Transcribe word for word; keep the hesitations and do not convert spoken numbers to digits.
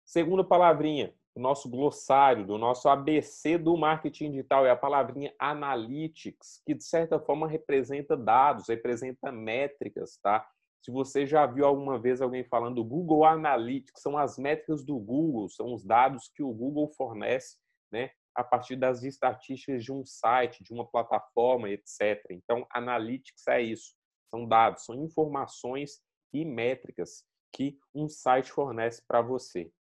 Segunda palavrinha, o nosso glossário, do nosso A B C do marketing digital, é a palavrinha Analytics, que de certa forma representa dados, representa métricas, tá? Se você já viu alguma vez alguém falando do Google Analytics, são as métricas do Google, são os dados que o Google fornece, né, a partir das estatísticas de um site, de uma plataforma, etcétera. Então, Analytics é isso, são dados, são informações e métricas que um site fornece para você.